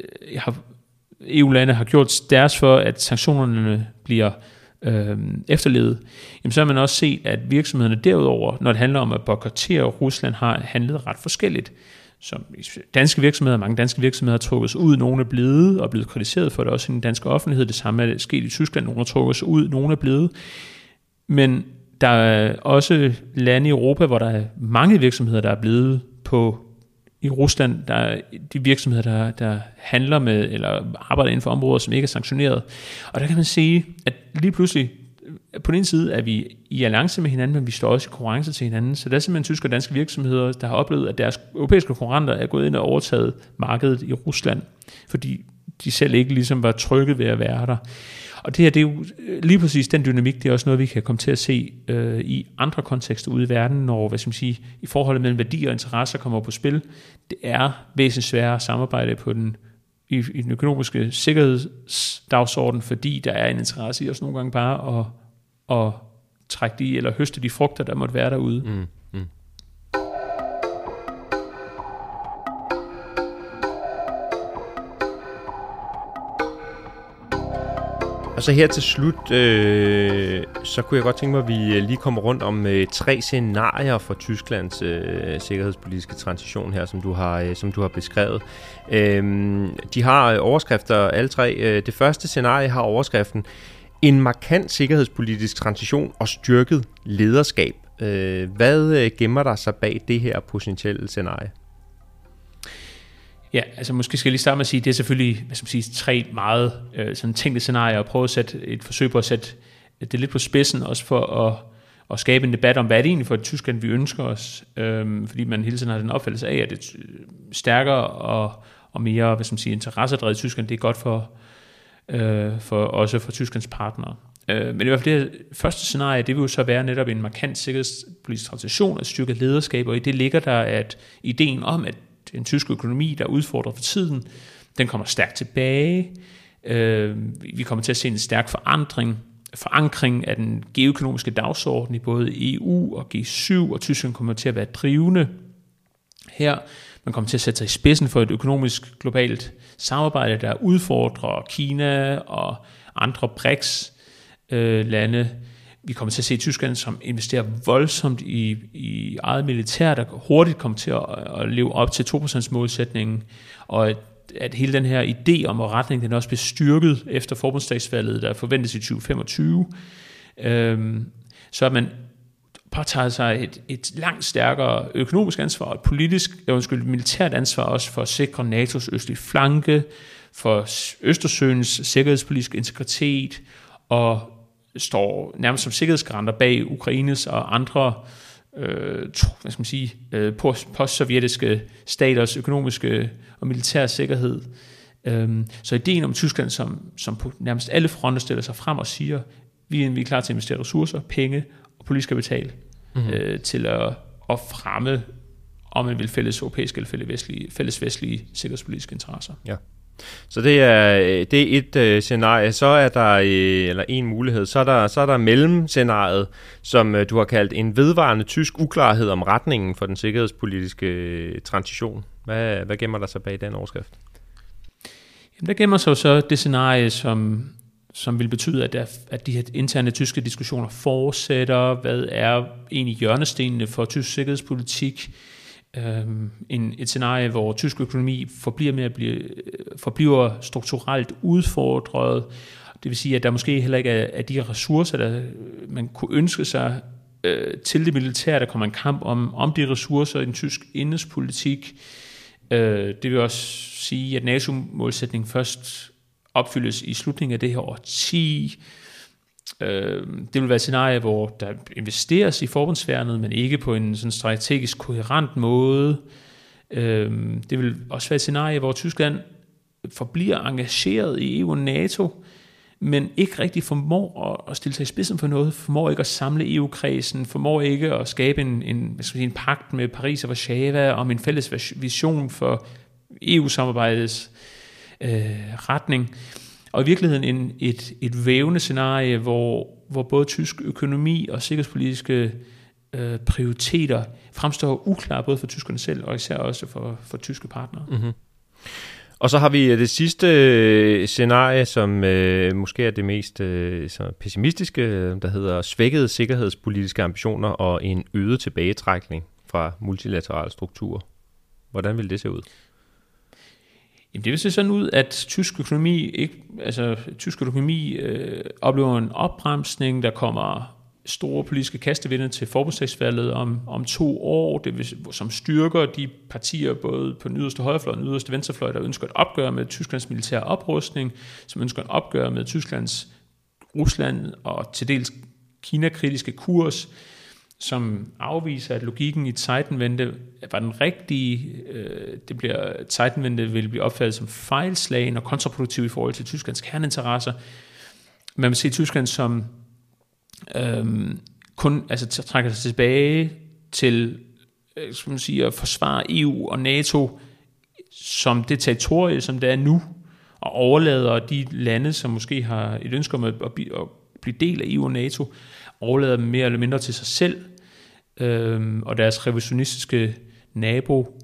EU-lande har gjort deres for, at sanktionerne bliver efterlevet, jamen så har man også set, at virksomhederne derudover, når det handler om at boykottere Rusland, har handlet ret forskelligt. Som mange danske virksomheder har trukket sig ud, nogle er blevet og blevet kritiseret for det, også i den danske offentlighed. Det samme er sket i Tyskland, nogle har trukket sig ud, nogle er blevet. Men der er også lande i Europa, hvor der er mange virksomheder, der er blevet på i Rusland, der er de virksomheder, der handler med eller arbejder inden for områder, som ikke er sanktioneret. Og der kan man sige, at lige pludselig, på den ene side er vi i alliance med hinanden, men vi står også i konkurrence til hinanden. Så der er simpelthen tyske og danske virksomheder, der har oplevet, at deres europæiske konkurrenter er gået ind og overtaget markedet i Rusland, fordi de selv ikke ligesom var trygge ved at være der. Og det her, det er jo lige præcis den dynamik, det er også noget, vi kan komme til at se i andre kontekster ude i verden, når i forholdet mellem værdier og interesser kommer på spil. Det er væsentligt sværere at samarbejde på i den økonomiske sikkerhedsdagsorden, fordi der er en interesse i os nogle gange bare at trække de eller høste de frugter, der måtte være derude. Og så her til slut, så kunne jeg godt tænke mig, at vi lige kommer rundt om 3 scenarier for Tysklands sikkerhedspolitiske transition her, som du har beskrevet. De har overskrifter, alle 3. Det første scenarie har overskriften: en markant sikkerhedspolitisk transition og styrket lederskab. Hvad gemmer der sig bag det her potentielle scenarie? Ja, altså måske skal jeg lige starte med at sige, at det er selvfølgelig 3 meget sådan tænkte scenarier, og prøve at sætte et forsøg på at sætte det lidt på spidsen, også for at skabe en debat om, hvad er det egentlig for et Tyskland, vi ønsker os, fordi man hele tiden har den opfattelse af, at det stærkere og mere interessedrevet Tyskland, det er godt også for Tysklands partnere. Men i hvert fald det første scenarie, det vil jo så være netop en markant sikkerhedspolitisk transition og styrket lederskab, og i det ligger der at ideen om, at den tyske økonomi, der udfordrer for tiden, den kommer stærkt tilbage. Vi kommer til at se en stærk forankring af den geoøkonomiske dagsorden i både EU og G7, og Tyskland kommer til at være drivende her. Man kommer til at sætte sig i spidsen for et økonomisk globalt samarbejde, der udfordrer Kina og andre BRICS-lande. Vi kommer til at se Tyskland, som investerer voldsomt i eget militær, der hurtigt kommer til at leve op til 2% målsætningen, og at hele den her idé om retning, den også bliver styrket efter forbundsdagsvalget, der forventes i 2025, så at man påtager sig et langt stærkere økonomisk ansvar, og et militært ansvar også for at sikre NATO's østlige flanke, for Østersøens sikkerhedspolitiske integritet, og står nærmest som sikkerhedsgaranter bag Ukraines og andre postsovjetiske staters økonomiske og militære sikkerhed. Så ideen om Tyskland, som på nærmest alle fronter stiller sig frem og siger, vi er klar til at investere ressourcer, penge og politisk kapital til at fremme, om man vil fælles europæiske eller fælles vestlige sikkerhedspolitiske interesser. Ja. Så det er et scenarie. Så er der eller en mulighed. Så er der mellemscenariet, som du har kaldt en vedvarende tysk uklarhed om retningen for den sikkerhedspolitiske transition. Hvad gemmer der sig bag den overskrift? Jamen, der gemmer sig så det scenarie, som vil betyde, at de her interne tyske diskussioner fortsætter. Hvad er egentlig hjørnestenene for tysk sikkerhedspolitik? Et scenarie, hvor tysk økonomi forbliver strukturelt udfordret. Det vil sige, at der måske heller ikke er de ressourcer, der man kunne ønske sig til det militære. Der kommer en kamp om de ressourcer i den tysk indrigspolitik. Det vil også sige, at NATO-målsætningen først opfyldes i slutningen af det her årti. Det vil være et scenarie, hvor der investeres i forbundsværnet, men ikke på en sådan strategisk koherent måde. Det vil også være et scenarie, hvor Tyskland forbliver engageret i EU og NATO, men ikke rigtig formår at stille sig i spidsen for noget, formår ikke at samle EU-kredsen, formår ikke at skabe en pagt med Paris og Warszawa om en fælles vision for EU-samarbejdets retning. Og i virkeligheden et vævende scenarie, hvor både tysk økonomi og sikkerhedspolitiske prioriteter fremstår uklare, både for tyskerne selv og især også for tyske partnere. Mm-hmm. Og så har vi det sidste scenarie, som måske er det mest pessimistiske, der hedder svækkede sikkerhedspolitiske ambitioner og en øget tilbagetrækning fra multilaterale strukturer. Hvordan vil det se ud? Jamen, det vil se sådan ud, at tysk økonomi oplever en opbremsning, der kommer store politiske kastevinde til forbundsdagsvalget om 2 år, som styrker de partier, både på den yderste højrefløj og den yderste venstrefløj, der ønsker et opgør med Tysklands militære oprustning, som ønsker et opgør med Tysklands, Rusland og til dels Kina-kritiske kurs, som afviser, at logikken i Zeitenwende var den rigtige. Zeitenwende vil blive opfattet som fejlslagen og kontraproduktiv i forhold til Tysklands kerneinteresser. Man vil se Tyskland som kun trækker sig tilbage til at forsvare EU og NATO som det territorie, som det er nu, og overlader de lande, som måske har et ønske om at blive del af EU og NATO, overlader dem mere eller mindre til sig selv og deres revisionistiske nabo.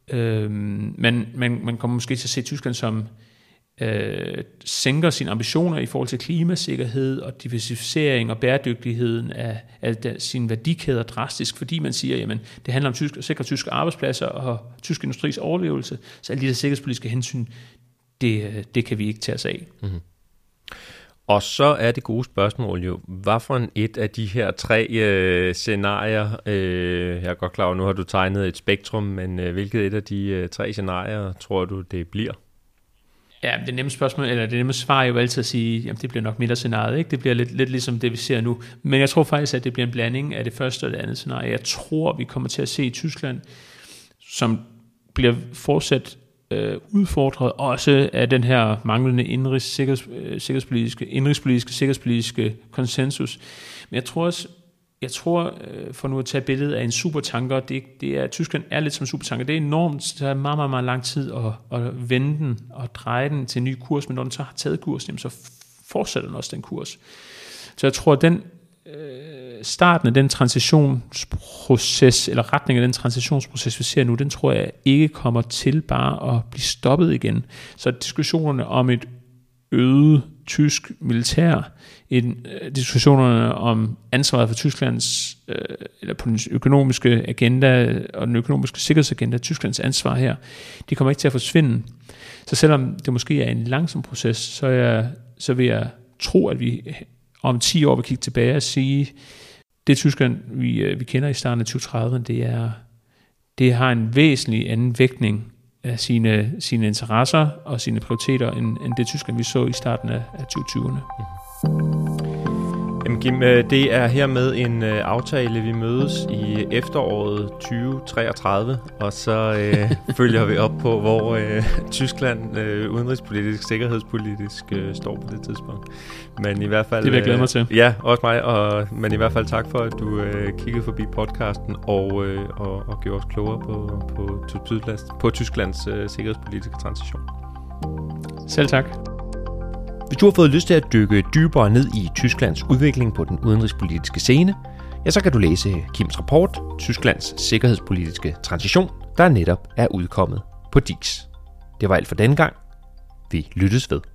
Man kommer måske til at se Tyskland som sænker sine ambitioner i forhold til klimasikkerhed og diversificering og bæredygtigheden af sine værdikæder drastisk, fordi man siger, jamen det handler om at sikre tyske arbejdspladser og tysk industris overlevelse, så alle de der sikkerhedspolitiske hensyn, det kan vi ikke tage os af. Mm-hmm. Og så er det gode spørgsmål jo, hvad for et af de her 3 scenarier, jeg er godt klar over, nu har du tegnet et spektrum, men hvilket et af de 3 scenarier tror du, det bliver? Ja, det nemme spørgsmål, eller det nemme svar er jo altid at sige, jamen det bliver nok midterscenariet, ikke? Det bliver lidt ligesom det, vi ser nu. Men jeg tror faktisk, at det bliver en blanding af det første og det andet scenarie. Jeg tror, vi kommer til at se i Tyskland, som bliver fortsat udfordret også af den her manglende sikkerhedspolitiske konsensus. Men jeg tror, for nu at tage billedet af en supertanker, det er, Tyskland er lidt som supertanker. Det er enormt, det tager meget, meget, meget lang tid at vende den og dreje den til en ny kurs, men når den så har taget kursen, så fortsætter den også den kurs. Så jeg tror, at den starten af den transitionsproces, eller retning af den transitionsproces, vi ser nu, den tror jeg ikke kommer til bare at blive stoppet igen. Så diskussionerne om et øget tysk militær, diskussionerne om ansvaret for Tysklands, eller på den økonomiske agenda og den økonomiske sikkerhedsagenda, Tysklands ansvar her, de kommer ikke til at forsvinde. Så selvom det måske er en langsom proces, så vil jeg tro, at vi om 10 år vil kigge tilbage og sige, det Tyskland, vi kender i starten af 2030'erne, det har en væsentlig anden vægtning af sine interesser og sine prioriteter, end det Tyskland, vi så i starten af 2020'erne. Jamen Kim, det er hermed en aftale, vi mødes i efteråret 2033, og så følger vi op på, hvor Tyskland udenrigspolitisk, sikkerhedspolitisk står på det tidspunkt. Men i hvert fald, det vil jeg glæde mig til. Ja, også mig, men i hvert fald tak for, at du kiggede forbi podcasten og gjorde os klogere på Tysklands sikkerhedspolitiske transition. Selv tak. Hvis du har fået lyst til at dykke dybere ned i Tysklands udvikling på den udenrigspolitiske scene, ja, så kan du læse Kims rapport, Tysklands sikkerhedspolitiske transition, der netop er udkommet på DIX. Det var alt for denne gang. Vi lyttes ved.